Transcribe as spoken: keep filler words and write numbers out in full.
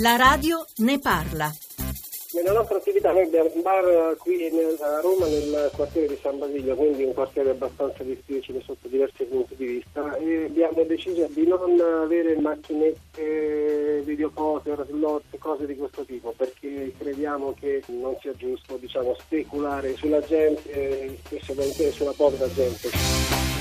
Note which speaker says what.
Speaker 1: La radio ne parla.
Speaker 2: Nella nostra attività noi abbiamo un bar qui a Roma nel quartiere di San Basilio, quindi un quartiere abbastanza difficile sotto diversi punti di vista, e abbiamo deciso di non avere macchinette, videopoker, slot, cose di questo tipo, perché crediamo che non sia giusto, diciamo, speculare sulla gente, spesso e volentieri sulla povera gente.